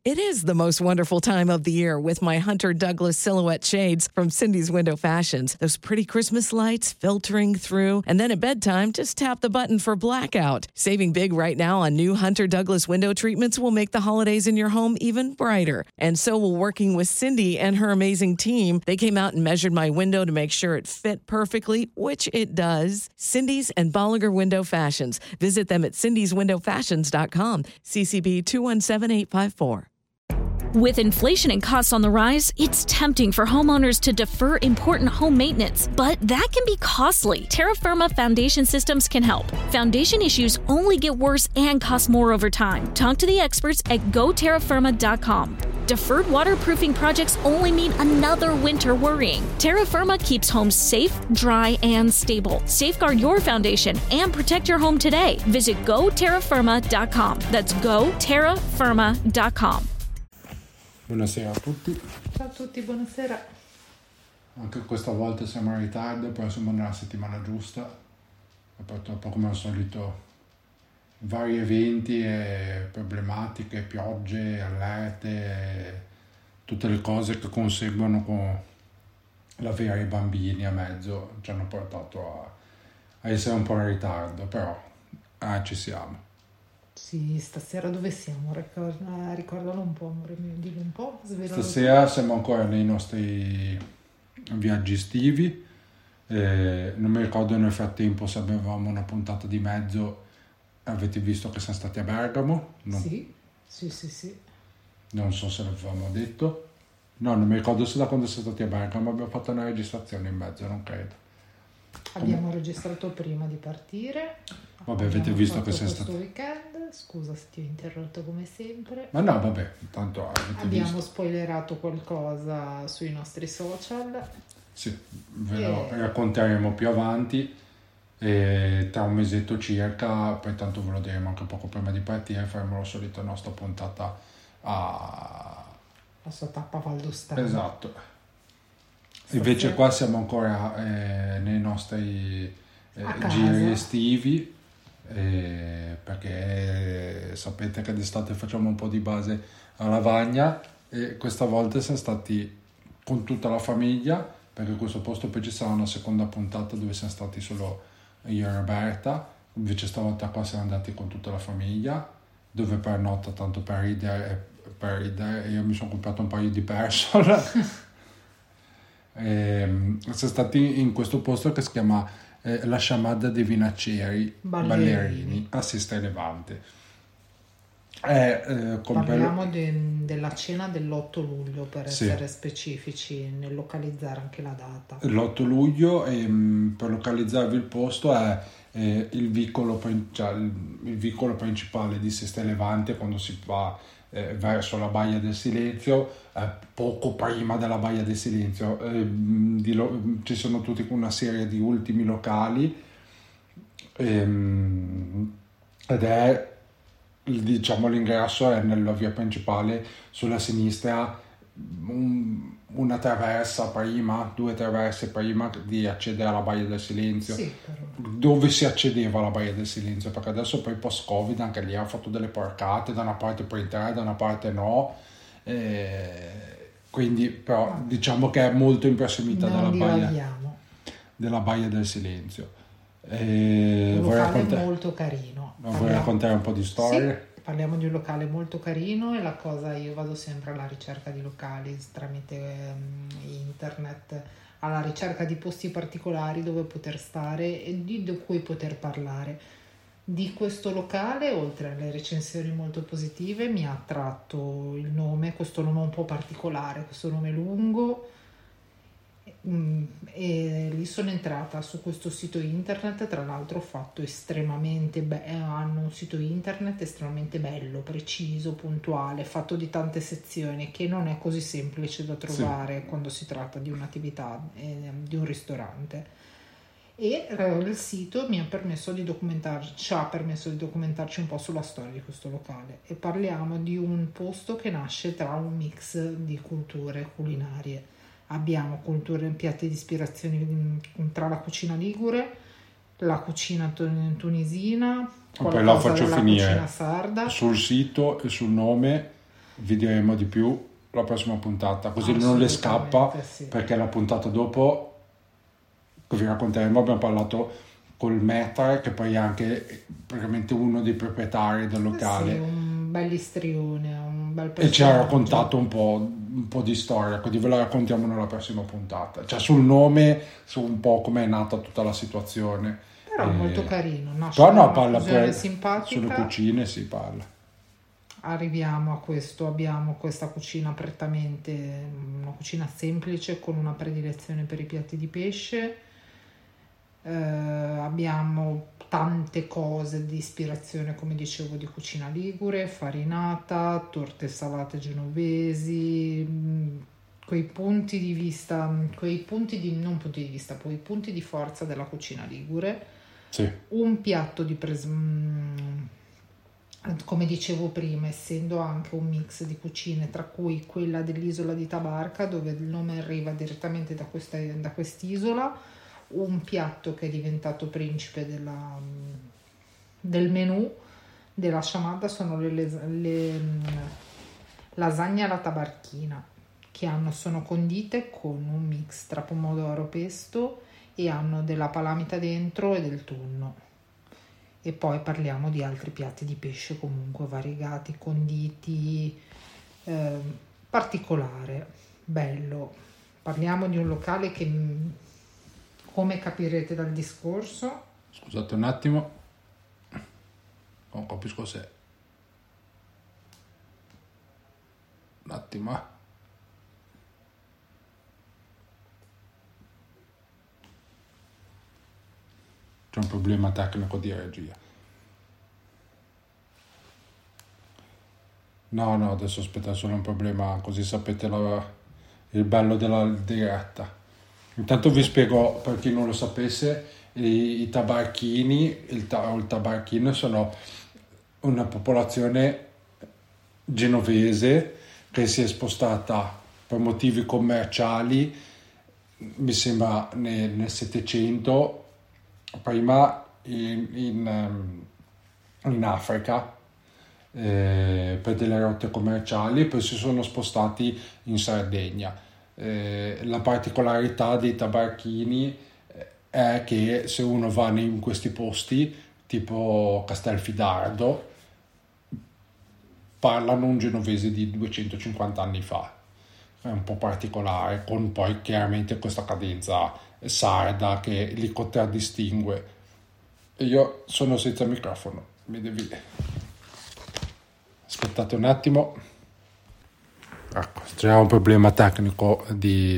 It is the most wonderful time of the year with my Hunter Douglas silhouette shades from Cindy's Window Fashions. Those pretty Christmas lights filtering through. And then at bedtime, just tap the button for blackout. Saving big right now on new Hunter Douglas window treatments will make the holidays in your home even brighter. And so will working with Cindy and her amazing team. They came out and measured my window to make sure it fit perfectly, which it does. Cindy's and Bolliger Window Fashions. Visit them at cindyswindowfashions.com. CCB 217854. With inflation and costs on the rise, it's tempting for homeowners to defer important home maintenance, but that can be costly. Terra Firma Foundation Systems can help. Foundation issues only get worse and cost more over time. Talk to the experts at goterrafirma.com. Deferred waterproofing projects only mean another winter worrying. Terra Firma keeps homes safe, dry, and stable. Safeguard your foundation and protect your home today. Visit goterrafirma.com. That's goterrafirma.com. Buonasera a tutti. Ciao a tutti, buonasera. Anche questa volta siamo in ritardo, però siamo nella settimana giusta. E purtroppo, come al solito, vari eventi e problematiche, piogge, allerte, e tutte le cose che conseguono con l'avere i bambini a mezzo ci hanno portato a essere un po' in ritardo, però ci siamo. Sì, stasera dove siamo? Ricordalo un po', amore mio, dillo un po'. Stasera siamo ancora nei nostri viaggi estivi. Non mi ricordo nel frattempo se avevamo una puntata di mezzo. Avete visto che siamo stati a Bergamo? No. Sì. Non so se l'avevamo detto. No, non mi ricordo se da quando siamo stati a Bergamo abbiamo fatto una registrazione in mezzo, non credo. Abbiamo registrato prima di partire. Vabbè, avete visto che siamo stati... stati... weekend, scusa se ti ho interrotto come sempre. Ma no, vabbè, intanto abbiamo spoilerato qualcosa sui nostri social. Sì, ve lo racconteremo più avanti. E tra un mesetto circa, poi tanto ve lo diremo anche poco prima di partire, faremo la solita nostra puntata la sua tappa valdostana. Esatto. Invece qua siamo ancora nei nostri giri estivi, perché sapete che d'estate facciamo un po' di base a Lavagna e questa volta siamo stati con tutta la famiglia, perché a questo posto poi ci sarà una seconda puntata dove siamo stati solo io e Roberta. Invece stavolta qua siamo andati con tutta la famiglia, dove per notte, tanto per ridere io mi sono comprato un paio di Persol. Siamo stati in questo posto che si chiama La Sciamada dei Vinaceri Ballerini a Sesta Levante. Parliamo della cena dell'8 luglio per essere specifici nel localizzare anche la data. L'8 luglio per localizzarvi il posto è il vicolo principale di Sesta Levante quando si va verso la Baia del Silenzio, poco prima della Baia del Silenzio. Ci sono tutti una serie di ultimi locali ed è, diciamo, l'ingresso è nella via principale, sulla sinistra una traversa prima, 2 traverse prima di accedere alla Baia del Silenzio, dove si accedeva alla Baia del Silenzio, perché adesso poi post-Covid anche lì hanno fatto delle porcate, da una parte puoi entrare, da una parte no, quindi però diciamo che è molto in prossimità della Baia del Silenzio. Un locale molto carino. Vuoi raccontare un po' di storie? Sì. Parliamo di un locale molto carino e la cosa, io vado sempre alla ricerca di locali tramite internet, alla ricerca di posti particolari dove poter stare e di cui poter parlare. Di questo locale, oltre alle recensioni molto positive, mi ha attratto il nome, questo nome un po' particolare, questo nome lungo, e lì sono entrata su questo sito internet. Tra l'altro fatto estremamente hanno un sito internet estremamente bello, preciso, puntuale, fatto di tante sezioni, che non è così semplice da trovare quando si tratta di un'attività di un ristorante. E il sito ci ha permesso di documentarci un po' sulla storia di questo locale, e parliamo di un posto che nasce tra un mix di culture culinarie. Abbiamo piatti di ispirazione tra la cucina ligure, la cucina tunisina, poi la faccio finire cucina sarda. Sul sito e sul nome vi diremo di più la prossima puntata, così non le scappa, sì. Perché la puntata dopo che vi racconteremo abbiamo parlato col maître, che poi è anche praticamente uno dei proprietari del locale. Sì, un bel istrione, un bel personaggio. E ci ha raccontato un po' di storia, quindi ve la raccontiamo nella prossima puntata. Cioè sul nome, su un po' come è nata tutta la situazione. Però molto carino. Però no, parla simpatica. sulle cucine si parla. Arriviamo a questo, abbiamo questa cucina prettamente, una cucina semplice con una predilezione per i piatti di pesce. Abbiamo tante cose di ispirazione, come dicevo, di cucina ligure, farinata, torte salate genovesi, quei punti di forza della cucina ligure. Sì. Un piatto di come dicevo prima, essendo anche un mix di cucine, tra cui quella dell'isola di Tabarca, dove il nome arriva direttamente da quest'isola, un piatto che è diventato principe del menù della sciamadda sono le lasagne alla tabarchina, che sono condite con un mix tra pomodoro e pesto e hanno della palamita dentro e del tonno. E poi parliamo di altri piatti di pesce comunque variegati, conditi, particolare, bello. Parliamo di un locale che, come capirete dal discorso... Scusate un attimo, non capisco se... Un attimo, C'è un problema tecnico di regia. No, adesso aspetta, solo un problema, così sapete il bello della diretta. Intanto vi spiego, per chi non lo sapesse, i tabarchini, il tabarchino sono una popolazione genovese che si è spostata per motivi commerciali, mi sembra nel Settecento, prima in Africa per delle rotte commerciali, poi si sono spostati in Sardegna. La particolarità dei tabarchini è che se uno va in questi posti tipo Castelfidardo parlano un genovese di 250 anni fa, è un po' particolare, con poi chiaramente questa cadenza sarda che li contraddistingue. Io sono senza microfono, mi devi... Aspettate un attimo. Ecco, c'è un problema tecnico di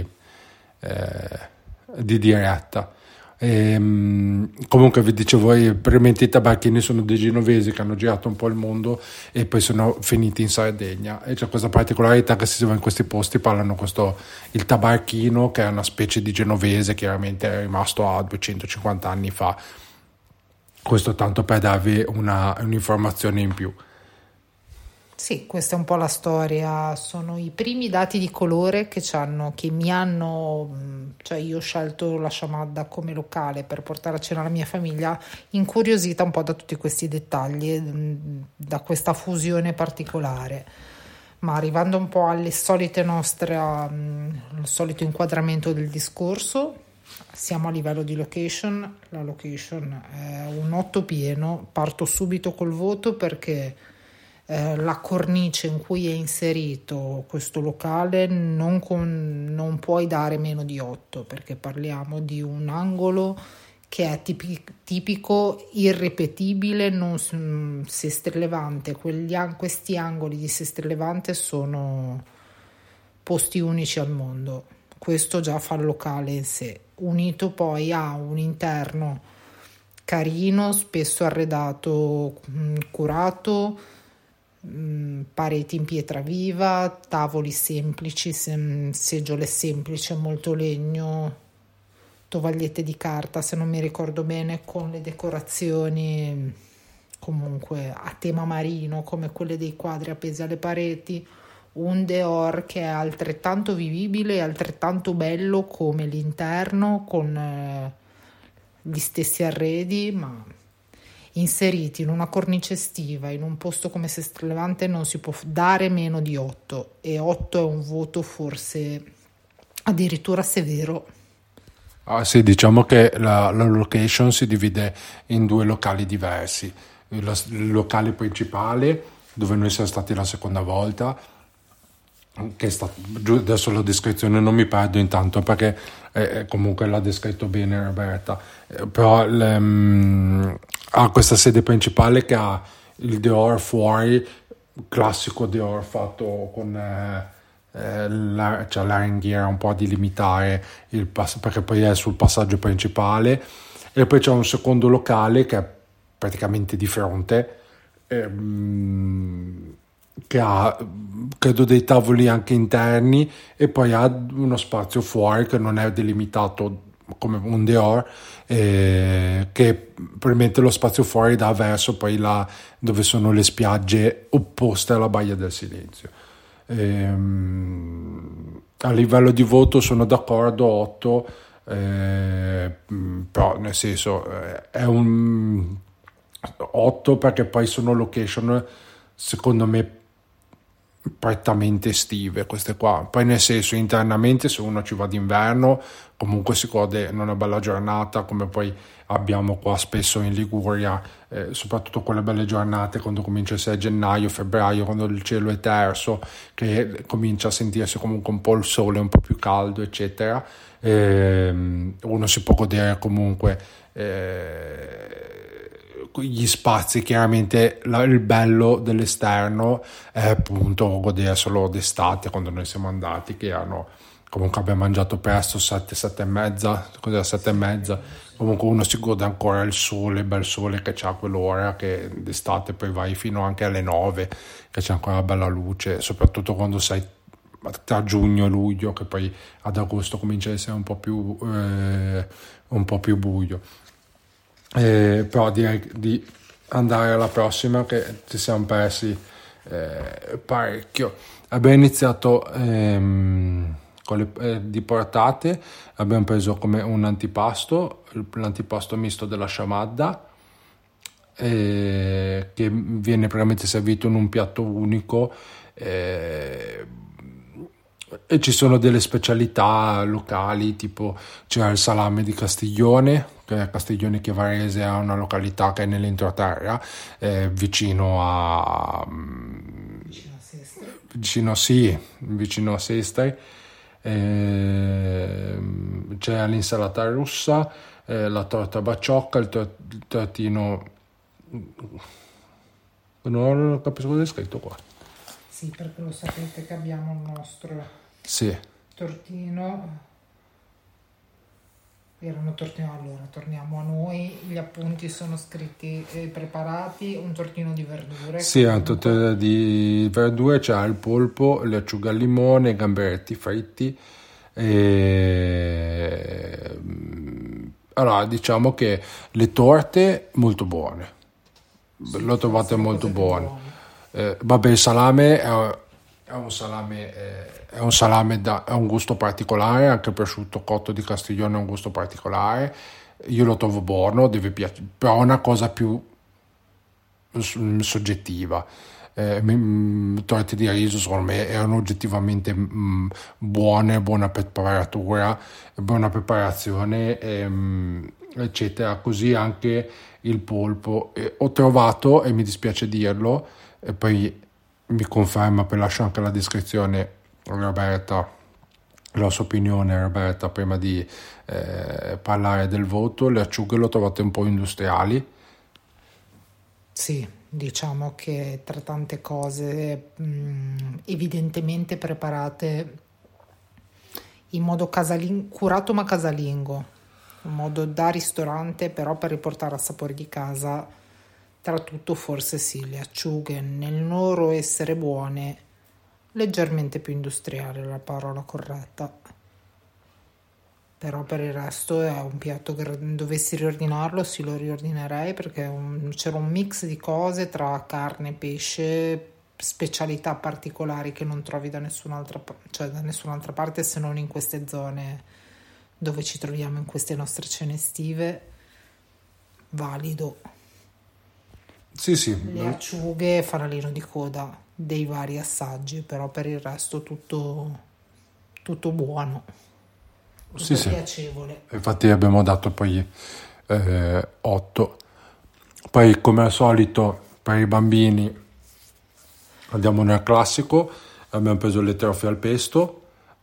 diretta. Comunque vi dicevo, praticamente i tabacchini sono dei genovesi che hanno girato un po' il mondo e poi sono finiti in Sardegna, e c'è questa particolarità che se si va in questi posti parlano il tabacchino, che è una specie di genovese, chiaramente è rimasto a 250 anni fa. Questo tanto per darvi un'informazione in più. Sì, questa è un po' la storia, sono i primi dati di colore cioè io ho scelto la sciamadda come locale per portare a cena la mia famiglia, incuriosita un po' da tutti questi dettagli, da questa fusione particolare. Ma arrivando un po' alle solite al solito inquadramento del discorso, siamo a livello di location. La location è un 8 pieno, parto subito col voto perché la cornice in cui è inserito questo locale non puoi dare meno di 8, perché parliamo di un angolo che è tipico, irripetibile, non Sestre Levante. Questi angoli di Sestre Levante sono posti unici al mondo. Questo già fa il locale in sé, unito poi a un interno carino, spesso arredato, curato, pareti in pietra viva, tavoli semplici, seggiole semplici, molto legno, tovagliette di carta se non mi ricordo bene, con le decorazioni comunque a tema marino come quelle dei quadri appesi alle pareti, un decor che è altrettanto vivibile e altrettanto bello come l'interno, con gli stessi arredi, inseriti in una cornice estiva, in un posto come Sesto Levante, non si può dare meno di 8, e 8 è un voto forse addirittura severo. Sì, diciamo che la location si divide in 2 locali diversi. Il locale principale, dove noi siamo stati la seconda volta, che è stato, adesso la descrizione non mi perdo intanto perché comunque l'ha descritto bene Roberta, però ha questa sede principale che ha il Dior fuori, classico Dior fatto con c'è la ringhiera un po' a delimitare perché poi è sul passaggio principale, e poi c'è un secondo locale che è praticamente di fronte, che ha credo dei tavoli anche interni, e poi ha uno spazio fuori che non è delimitato come un Dior, che probabilmente lo spazio fuori dà verso poi là dove sono le spiagge opposte alla Baia del Silenzio. A livello di voto sono d'accordo 8, però nel senso è un 8 perché poi sono location secondo me prettamente estive queste qua. Poi nel senso internamente, se uno ci va d'inverno comunque si gode una bella giornata, come poi abbiamo qua spesso in Liguria, soprattutto quelle belle giornate quando comincia a essere gennaio, febbraio, quando il cielo è terso, che comincia a sentirsi comunque un po' il sole un po' più caldo eccetera, uno si può godere comunque gli spazi. Chiaramente il bello dell'esterno è appunto goderselo d'estate, quando noi siamo andati, che comunque abbiamo mangiato presto, 7 e mezza, cos'era 7 e mezza, comunque uno si gode ancora il sole, bel sole che c'ha quell'ora, che d'estate poi vai fino anche alle 9 che c'è ancora bella luce, soprattutto quando sei tra giugno e luglio, che poi ad agosto comincia a essere un po' più buio. Però direi di andare alla prossima, che ci siamo persi parecchio. Abbiamo iniziato con le di portate, abbiamo preso come un antipasto l'antipasto misto della Shamadda, che viene praticamente servito in un piatto unico, e ci sono delle specialità locali, tipo c'era il salame di Castiglione, che è Castiglione Chiavarese, è una località che è nell'entroterra, vicino a Sestri. C'è l'insalata russa, la torta baciocca, il tortino, non capisco cosa è scritto qua. Sì, perché lo sapete che abbiamo il nostro tortino. Erano tortino. Allora, torniamo a noi. Gli appunti sono scritti e preparati. Un tortino di verdure. Sì, un tortino di verdure, c'è il polpo, le acciughe al limone, i gamberetti fritti. Allora, diciamo che le torte molto buone. Sì, l'ho trovate molto buone. Vabbè, il salame è un salame è un gusto particolare, anche il prosciutto cotto di Castiglione è un gusto particolare, io lo trovo buono, deve piacere, però è una cosa più soggettiva. Torte di riso secondo me erano oggettivamente buone, buona preparatura, buona preparazione, eccetera. Così anche il polpo, ho trovato, e mi dispiace dirlo, e poi mi conferma, poi lascio anche la descrizione Roberta, la sua opinione Roberta, prima di parlare del voto. Le acciughe l'ho trovate un po' industriali. Sì, diciamo che tra tante cose evidentemente preparate in modo curato ma casalingo, in modo da ristorante, però per riportare al sapore di casa. Tra tutto forse sì, le acciughe nel loro essere buone, leggermente più industriale la parola corretta, però per il resto è un piatto che dovessi riordinarlo sì, lo riordinerei, perché c'era un mix di cose tra carne, pesce, specialità particolari che non trovi da nessun'altra parte, se non in queste zone dove ci troviamo in queste nostre cene estive. Valido. Sì. Le acciughe, farallino di coda, dei vari assaggi, però per il resto tutto buono, tutto piacevole. Infatti abbiamo dato poi 8. Poi come al solito per i bambini andiamo nel classico, abbiamo preso le trofie al pesto,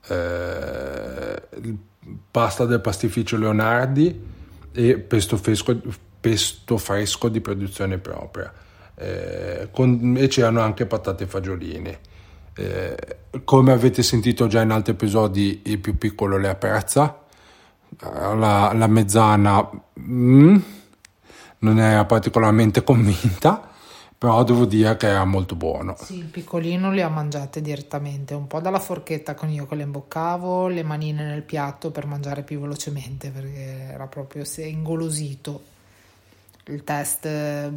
pasta del pastificio Leonardi e pesto fresco di produzione propria, e c'erano anche patate e fagiolini. Come avete sentito già in altri episodi, il più piccolo le apprezza, la mezzana non era particolarmente convinta, però devo dire che era molto buono. Sì, il piccolino le ha mangiate direttamente, un po' dalla forchetta con io che le imboccavo, le manine nel piatto per mangiare più velocemente, perché era proprio ingolosito. Il test,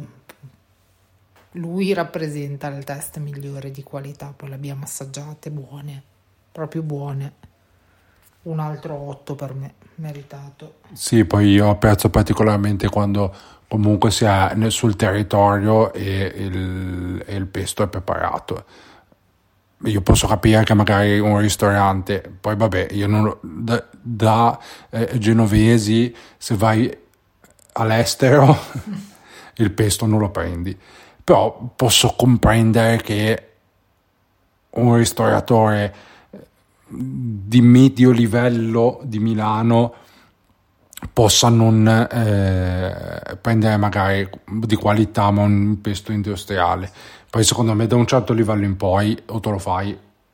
lui rappresenta il test migliore di qualità, poi le abbiamo assaggiate buone, proprio buone. Un altro 8 per me, meritato. Sì, poi io apprezzo particolarmente quando comunque si è sul territorio e il pesto è preparato. Io posso capire che magari un ristorante, poi vabbè, io non da genovesi, se vai all'estero il pesto non lo prendi, però posso comprendere che un ristoratore di medio livello di Milano possa non prendere magari di qualità ma un pesto industriale. Poi secondo me da un certo livello in poi o te lo fai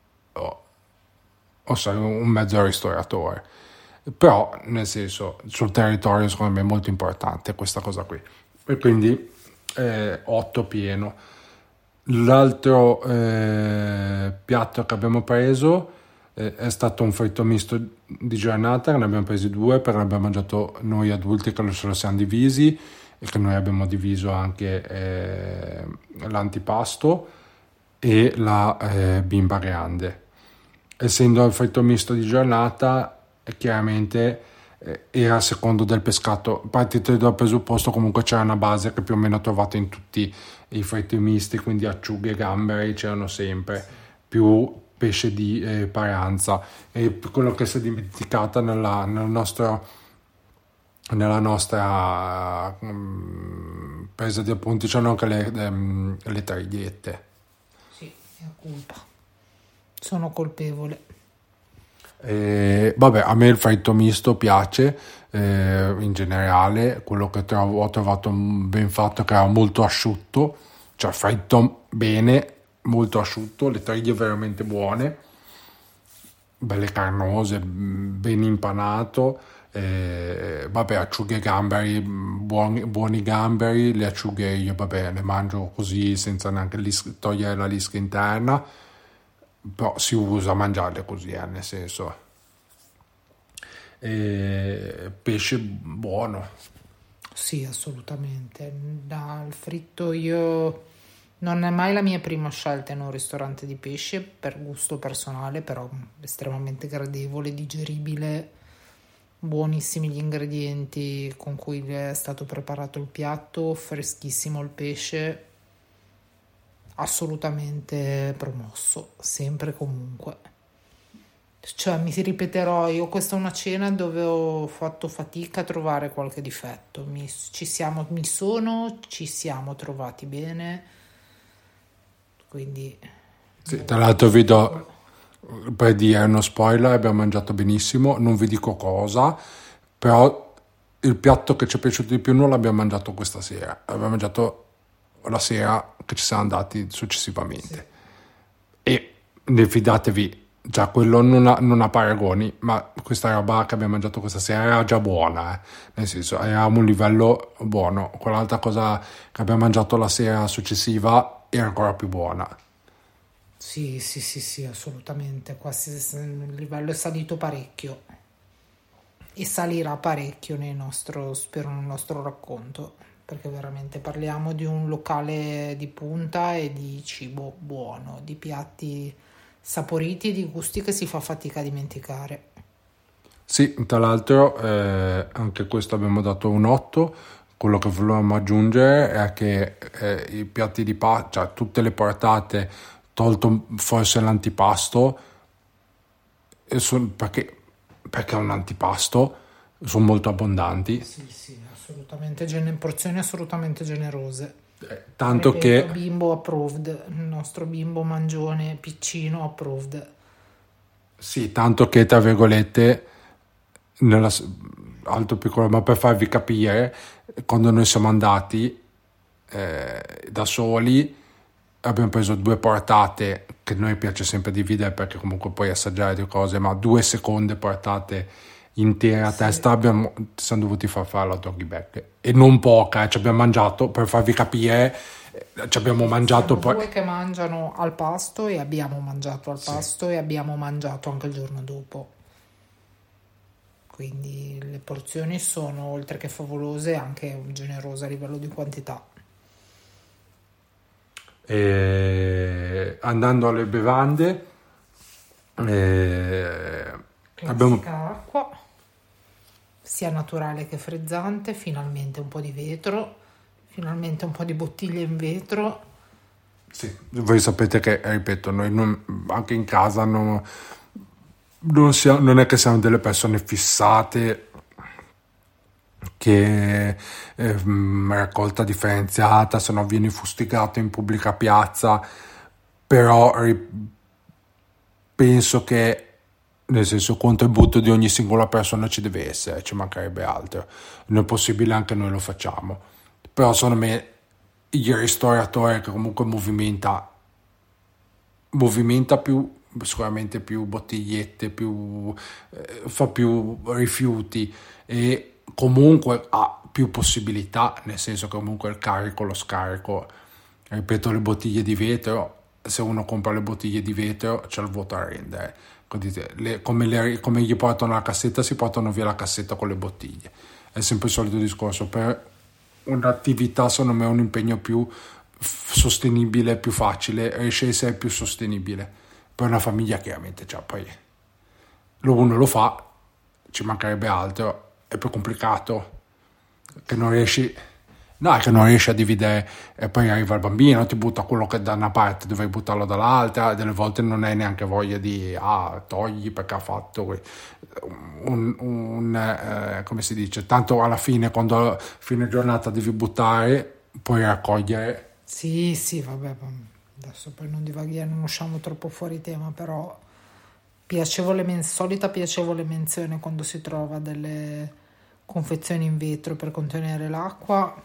o sei un mezzo ristoratore, però nel senso sul territorio secondo me è molto importante questa cosa qui, e quindi 8 pieno. L'altro piatto che abbiamo preso è stato un fritto misto di giornata, che ne abbiamo presi 2 perché l'abbiamo mangiato noi adulti che ce lo siamo divisi, e che noi abbiamo diviso anche l'antipasto e la bimba grande. Essendo il fritto misto di giornata, chiaramente era a secondo del pescato, partite dal presupposto comunque c'era una base che più o meno trovate in tutti i fritti misti, quindi acciughe e gamberi c'erano sempre, più pesce di Paranza. E quello che si è dimenticata nella nostra presa di appunti c'erano anche le tagliette. Sì, è colpa, sono colpevole. Vabbè, a me il fritto misto piace in generale. Quello che ho trovato ben fatto, che era molto asciutto, cioè fritto bene, molto asciutto, le triglie veramente buone, belle carnose, ben impanato. Vabbè, acciughe e gamberi, buoni gamberi. Le acciughe io vabbè le mangio così senza neanche togliere la lisca interna, però si usa a mangiarle così, nel senso. Pesce buono. Sì, assolutamente. Dal fritto io non è mai la mia prima scelta in un ristorante di pesce, per gusto personale, però estremamente gradevole, digeribile, buonissimi gli ingredienti con cui è stato preparato il piatto, freschissimo il pesce, assolutamente promosso, sempre e comunque. Cioè, mi ripeterò, io questa è una cena dove ho fatto fatica a trovare qualche difetto, ci siamo trovati bene, quindi sì, tra l'altro vi do, per dire uno spoiler, abbiamo mangiato benissimo, non vi dico cosa, però il piatto che ci è piaciuto di più non l'abbiamo mangiato questa sera, l'abbiamo mangiato la sera che ci siamo andati successivamente. Sì. E ne fidatevi, già quello non ha paragoni, ma questa roba che abbiamo mangiato questa sera era già buona, nel senso era a un livello buono. Quell'altra cosa che abbiamo mangiato la sera successiva era ancora più buona. Sì, assolutamente. Il livello è salito parecchio e salirà parecchio spero nel nostro racconto, perché veramente parliamo di un locale di punta e di cibo buono, di piatti saporiti e di gusti che si fa fatica a dimenticare. Sì, tra l'altro anche questo abbiamo dato un 8, quello che volevamo aggiungere è che i piatti di pasta, cioè tutte le portate, tolto forse l'antipasto, perché è un antipasto, sono molto abbondanti. Sì, assolutamente, porzioni assolutamente generose. Tanto Ripeto, che bimbo approved, il nostro bimbo mangione piccino approved. sì, tanto che tra virgolette, altro piccolo, ma per farvi capire, quando noi siamo andati da soli, abbiamo preso 2 portate, che a noi piace sempre dividere perché comunque puoi assaggiare 2 cose, ma 2 seconde portate intere a testa siamo dovuti fare la doggy bag, e non poca, ci abbiamo mangiato, per farvi capire, ci abbiamo mangiato Siamo 2 che mangiano al pasto e abbiamo mangiato al pasto e abbiamo mangiato anche il giorno dopo, quindi le porzioni sono oltre che favolose anche generose a livello di quantità. Andando alle bevande, abbiamo acqua, sia naturale che frizzante, finalmente un po' di vetro, finalmente un po' di bottiglie in vetro. Sì, voi sapete che, ripeto, noi anche in casa non è che siamo delle persone fissate che raccolta differenziata, se no vieni fustigato in pubblica piazza, però penso che, nel senso, il contributo di ogni singola persona ci deve essere, ci mancherebbe altro, non è possibile, anche noi lo facciamo, però secondo me il ristoratore che comunque movimenta più, sicuramente più bottigliette, fa più rifiuti e comunque ha più possibilità, nel senso che comunque il carico, lo scarico, ripeto, le bottiglie di vetro, se uno compra le bottiglie di vetro c'è il vuoto a rendere, come gli portano la cassetta, si portano via la cassetta con le bottiglie, è sempre il solito discorso. Per un'attività, secondo me, un impegno più sostenibile, più facile, riesce a essere più sostenibile. Per una famiglia chiaramente, cioè, poi uno lo fa, ci mancherebbe altro, è più complicato, che non riesci a dividere, e poi arriva il bambino, ti butta quello che da una parte, dovrei buttarlo dall'altra, delle volte non hai neanche voglia di togli perché ha fatto come si dice, tanto alla fine, quando a fine giornata devi buttare, puoi raccogliere. Sì, vabbè, adesso poi non divaghiamo, non usciamo troppo fuori tema, però solita piacevole menzione quando si trova delle confezioni in vetro per contenere l'acqua.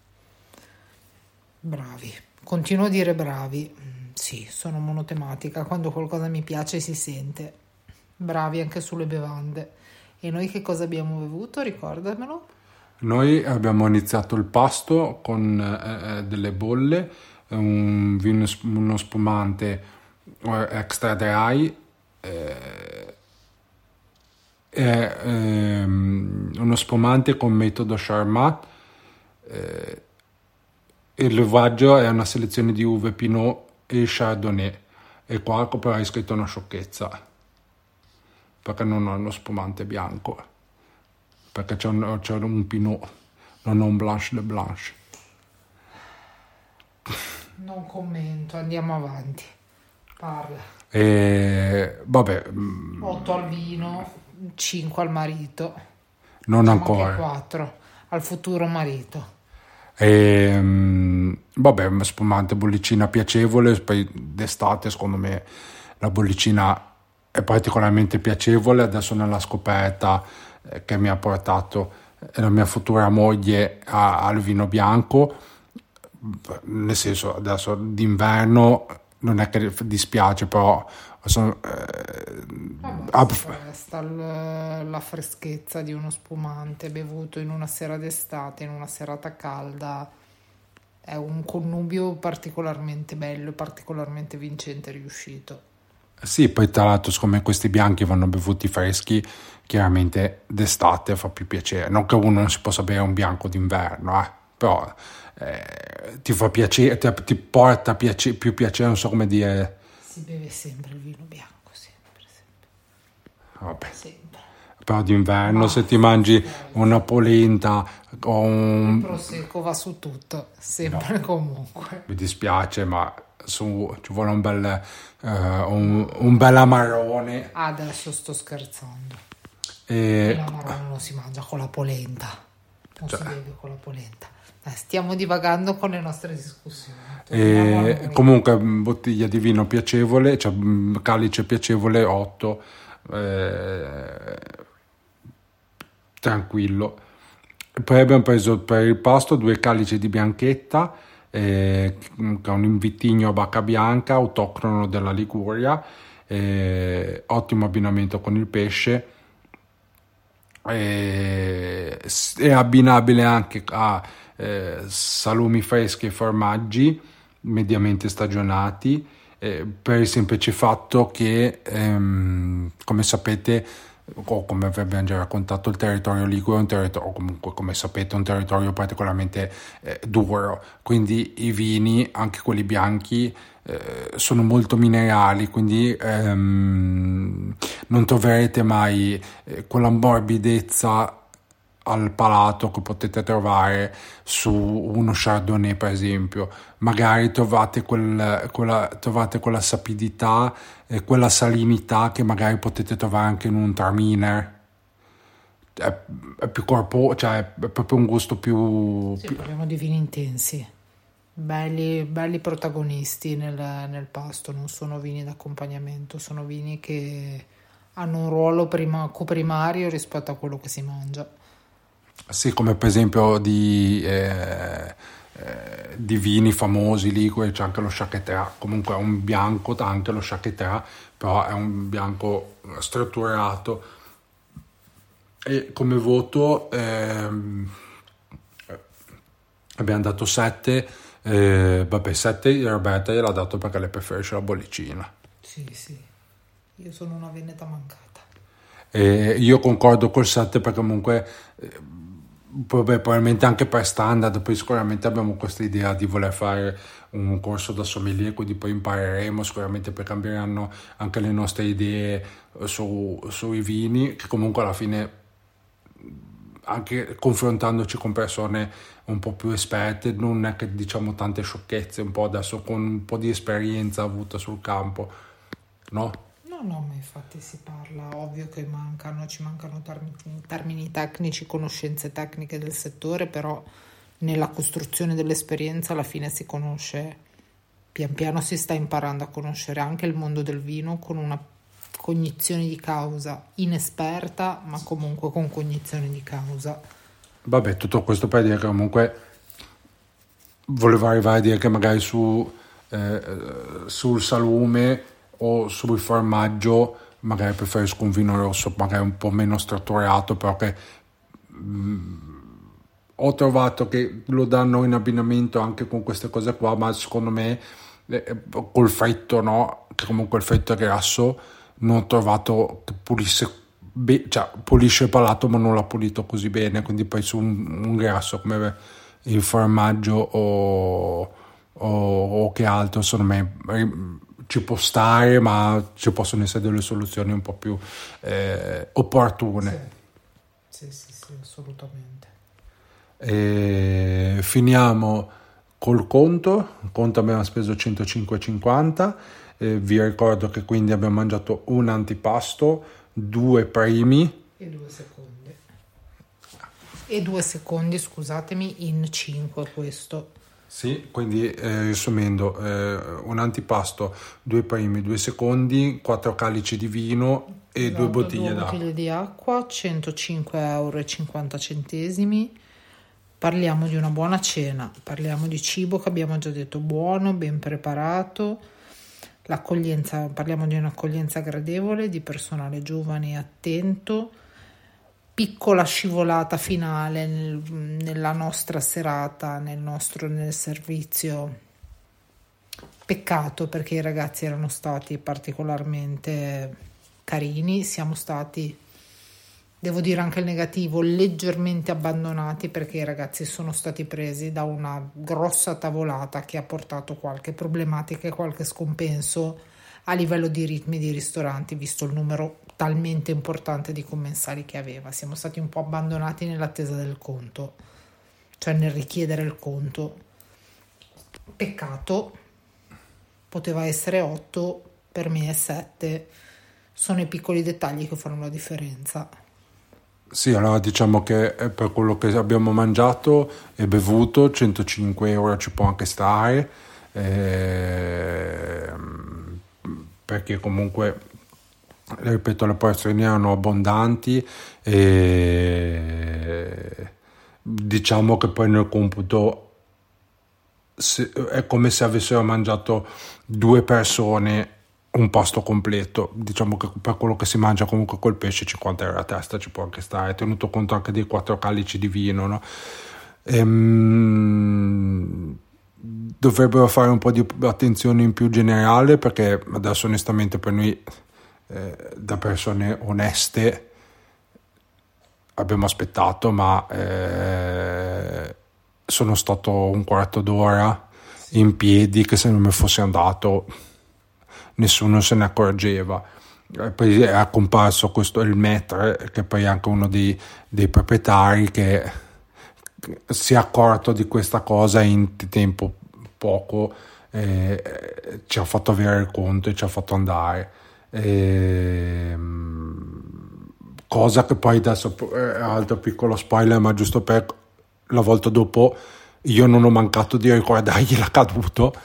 Bravi, continuo a dire bravi. Sì, sono monotematica, quando qualcosa mi piace si sente. Bravi anche sulle bevande. E noi che cosa abbiamo bevuto? Ricordamelo. Noi abbiamo iniziato il pasto con delle bolle, uno spumante extra dry, uno spumante con metodo Charmat, il levaggio è una selezione di uve Pinot e Chardonnay, e qua però è scritto una sciocchezza perché non ho uno spumante bianco, perché c'è un Pinot, non ho un Blanche de Blanche. Non commento, andiamo avanti, parla. Vabbè, 8 al vino, 5 al marito, non diciamo ancora, anche 4 al futuro marito. Vabbè, spumante, bollicina piacevole. Poi d'estate secondo me la bollicina è particolarmente piacevole. Adesso nella scoperta che mi ha portato la mia futura moglie al vino bianco, nel senso, adesso d'inverno non è che dispiace, però resta la freschezza di uno spumante bevuto in una sera d'estate, in una serata calda. È un connubio particolarmente bello e particolarmente vincente riuscito. Sì, poi tra l'altro, siccome questi bianchi vanno bevuti freschi, chiaramente d'estate fa più piacere. Non che uno non si possa bere un bianco d'inverno, però ti fa piacere, ti porta più piacere, non so come dire. Si beve sempre il vino bianco, sempre. Vabbè. Sempre. Però d'inverno se ti mangi una polenta o Il prosecco va su tutto, sempre comunque. mi dispiace, ma ci vuole un bel amarone. Adesso sto scherzando. E L'amarone non si mangia con la polenta. Non si beve con la polenta. Stiamo divagando con le nostre discussioni. Torniamo a noi. comunque bottiglia di vino piacevole, cioè calice piacevole 8, tranquillo. Poi abbiamo preso per il pasto 2 calici di bianchetta, che è un vitigno a bacca bianca autoctono della Liguria, ottimo abbinamento con il pesce, è abbinabile anche a salumi freschi e formaggi mediamente stagionati, per il semplice fatto che come sapete, o come vi abbiamo già raccontato, il territorio ligure è un territorio, o comunque come sapete, un territorio particolarmente duro, quindi i vini, anche quelli bianchi, sono molto minerali, quindi non troverete mai quella morbidezza al palato che potete trovare su uno Chardonnay, per esempio. Magari trovate quella sapidità e quella salinità che magari potete trovare anche in un Traminer. È più corpo, cioè è proprio un gusto più... Sì, parliamo di vini intensi, belli protagonisti nel pasto, non sono vini d'accompagnamento, sono vini che hanno un ruolo coprimario rispetto a quello che si mangia. Sì, come per esempio di vini famosi lì, c'è anche lo Chateaubriand, comunque è un bianco, anche lo Chateaubriand, però è un bianco strutturato. E come voto abbiamo dato 7, 7 Roberta gliel'ha dato perché lei preferisce la bollicina. Sì, io sono una veneta mancata. Io concordo col 7 perché comunque probabilmente anche per standard, poi sicuramente abbiamo questa idea di voler fare un corso da sommelier, quindi poi impareremo sicuramente, poi cambieranno anche le nostre idee sui vini, che comunque alla fine, anche confrontandoci con persone un po' più esperte, non è che diciamo tante sciocchezze, un po' adesso con un po' di esperienza avuta sul campo, no? No, ma infatti si parla, ovvio che ci mancano termini tecnici, conoscenze tecniche del settore, però nella costruzione dell'esperienza alla fine si conosce, pian piano si sta imparando a conoscere anche il mondo del vino con una cognizione di causa, inesperta ma comunque con cognizione di causa. Vabbè, tutto questo per dire che comunque volevo arrivare a dire che magari sul salume o sul formaggio magari preferisco un vino rosso magari un po' meno strutturato, però che ho trovato che lo danno in abbinamento anche con queste cose qua, ma secondo me col fritto, no, che comunque il fritto è grasso, non ho trovato che pulisse cioè pulisce il palato ma non l'ha pulito così bene, quindi poi su un grasso come il formaggio o che altro, secondo me ci può stare, ma ci possono essere delle soluzioni un po' più opportune. Sì, assolutamente. Finiamo col conto abbiamo speso 105,50. Vi ricordo che quindi abbiamo mangiato un antipasto, 2 primi e 2 secondi, scusatemi, in 5 questo. Sì, quindi riassumendo, un antipasto, 2 primi, 2 secondi, 4 calici di vino e 2 bottiglie d'acqua. 2 bottiglie di acqua, 105,50 €. Parliamo di una buona cena, parliamo di cibo che abbiamo già detto buono, ben preparato, l'accoglienza, parliamo di un'accoglienza gradevole, di personale giovane e attento, piccola scivolata finale nella nostra serata, nel servizio. Peccato, perché i ragazzi erano stati particolarmente carini, siamo stati, devo dire anche il negativo, leggermente abbandonati, perché i ragazzi sono stati presi da una grossa tavolata che ha portato qualche problematica e qualche scompenso a livello di ritmi di ristoranti, visto il numero talmente importante di commensali che aveva. Siamo stati un po' abbandonati nell'attesa del conto, cioè nel richiedere il conto. Peccato, poteva essere 8, per me è 7. Sono i piccoli dettagli che fanno la differenza. Sì, allora diciamo che per quello che abbiamo mangiato e bevuto 105 euro ci può anche stare, perché comunque, ripeto, le porzioni erano abbondanti e diciamo che poi nel computo è come se avessero mangiato 2 persone un pasto completo. Diciamo che per quello che si mangia comunque col pesce 50 euro a testa ci può anche stare, tenuto conto anche dei 4 calici di vino, no? Dovrebbero fare un po' di attenzione in più generale, perché adesso onestamente per noi da persone oneste abbiamo aspettato, ma sono stato un quarto d'ora in piedi che se non mi fosse andato nessuno se ne accorgeva. Poi è comparso questo il maître, che poi è anche uno dei proprietari, che si è accorto di questa cosa in tempo poco, ci ha fatto avere il conto e ci ha fatto andare, cosa che poi adesso è altro piccolo spoiler, ma giusto per la volta dopo io non ho mancato di ricordargli l'accaduto,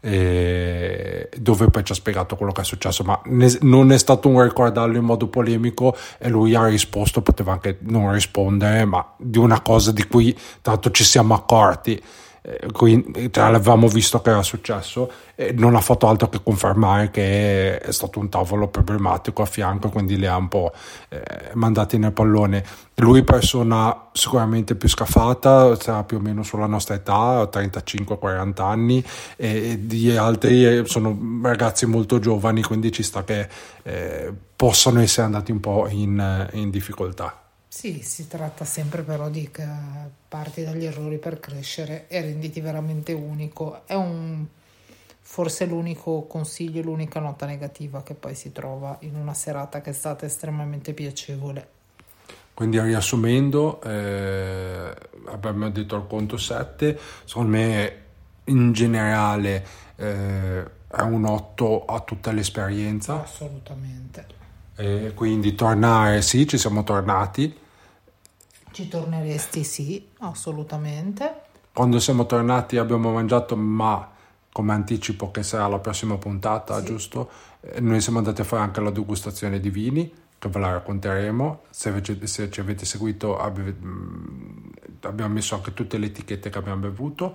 dove poi ci ha spiegato quello che è successo, ma non è stato un ricordarlo in modo polemico, e lui ha risposto, poteva anche non rispondere, ma di una cosa di cui tanto ci siamo accorti, quindi l'avevamo visto che era successo, e non ha fatto altro che confermare che è stato un tavolo problematico a fianco, quindi li ha un po' mandati nel pallone. Lui persona sicuramente più scafata, sarà più o meno sulla nostra età, 35-40 anni, e gli altri sono ragazzi molto giovani, quindi ci sta che possano essere andati un po' in difficoltà. Sì, si tratta sempre però di che parti dagli errori per crescere e renditi veramente unico. È forse l'unico consiglio, l'unica nota negativa che poi si trova in una serata che è stata estremamente piacevole. Quindi riassumendo, abbiamo detto al conto 7, secondo me in generale è un 8 a tutta l'esperienza. Assolutamente. Quindi tornare, sì, ci siamo tornati. Ci torneresti? Sì, assolutamente. Quando siamo tornati abbiamo mangiato, ma come anticipo che sarà la prossima puntata, sì. Giusto? Noi siamo andati a fare anche la degustazione di vini, che ve la racconteremo. Se ci avete seguito abbiamo messo anche tutte le etichette che abbiamo bevuto.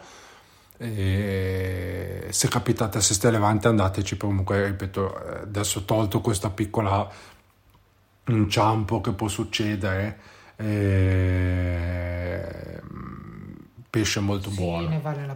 E se capitate a Seste Levante andateci, comunque ripeto, adesso tolto questa piccola inciampo che può succedere, pesce molto buono. Sì, ne vale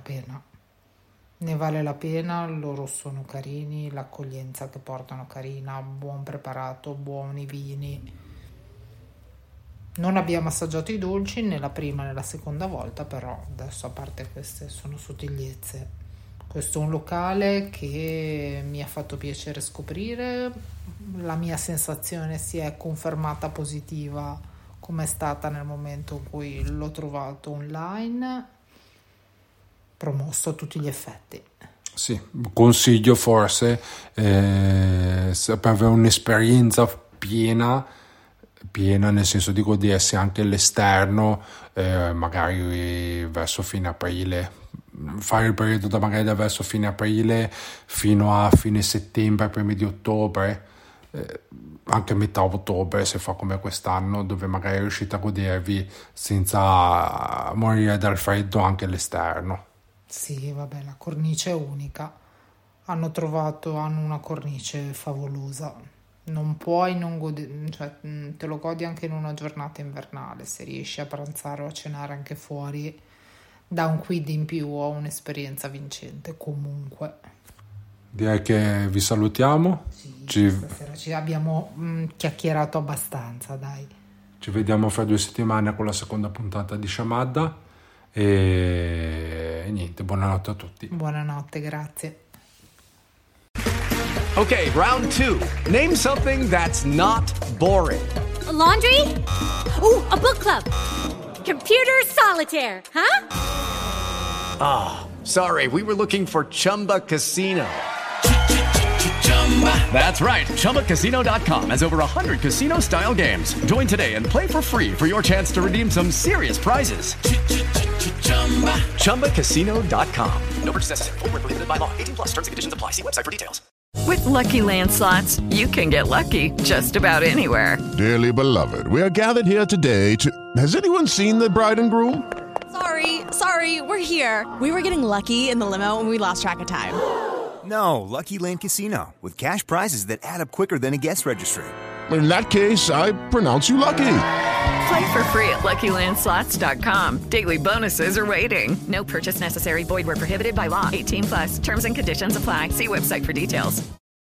la pena, loro sono carini, l'accoglienza che portano carina, buon preparato, buoni vini. Non abbiamo assaggiato i dolci né la prima né la seconda volta, però adesso, a parte queste, sono sottigliezze. Questo è un locale che mi ha fatto piacere scoprire, la mia sensazione si è confermata positiva come è stata nel momento in cui l'ho trovato online, promosso a tutti gli effetti. Sì, consiglio forse per avere un'esperienza piena nel senso di godersi anche l'esterno, magari verso fine aprile, fare il periodo magari da verso fine aprile fino a fine settembre, primi di ottobre, anche metà ottobre se fa come quest'anno, dove magari riuscite a godervi senza morire dal freddo anche l'esterno. Sì, vabbè, la cornice è unica, hanno una cornice favolosa, non puoi non godere, cioè te lo godi anche in una giornata invernale, se riesci a pranzare o a cenare anche fuori, dà un quid in più o un'esperienza vincente comunque. Direi che vi salutiamo. Sì, stasera ci abbiamo chiacchierato abbastanza, dai. Ci vediamo fra 2 settimane con la seconda puntata di Shamadda e niente, buonanotte a tutti. Buonanotte, grazie. Okay, round two. Name something that's not boring. A laundry? Ooh, a book club. Computer solitaire, huh? Ah, sorry, we were looking for Chumba Casino. That's right, ChumbaCasino.com has over 100 casino-style games. Join today and play for free for your chance to redeem some serious prizes. ChumbaCasino.com. No purchase necessary. Void where prohibited by law. 18+ terms and conditions apply. See website for details. With Lucky Land Slots, you can get lucky just about anywhere. Dearly beloved, we are gathered here today to... Has anyone seen the bride and groom? Sorry, we're here. We were getting lucky in the limo and we lost track of time. No, Lucky Land Casino, with cash prizes that add up quicker than a guest registry. In that case, I pronounce you lucky. Play for free at LuckyLandSlots.com. Daily bonuses are waiting. No purchase necessary. Void where prohibited by law. 18+. Terms and conditions apply. See website for details.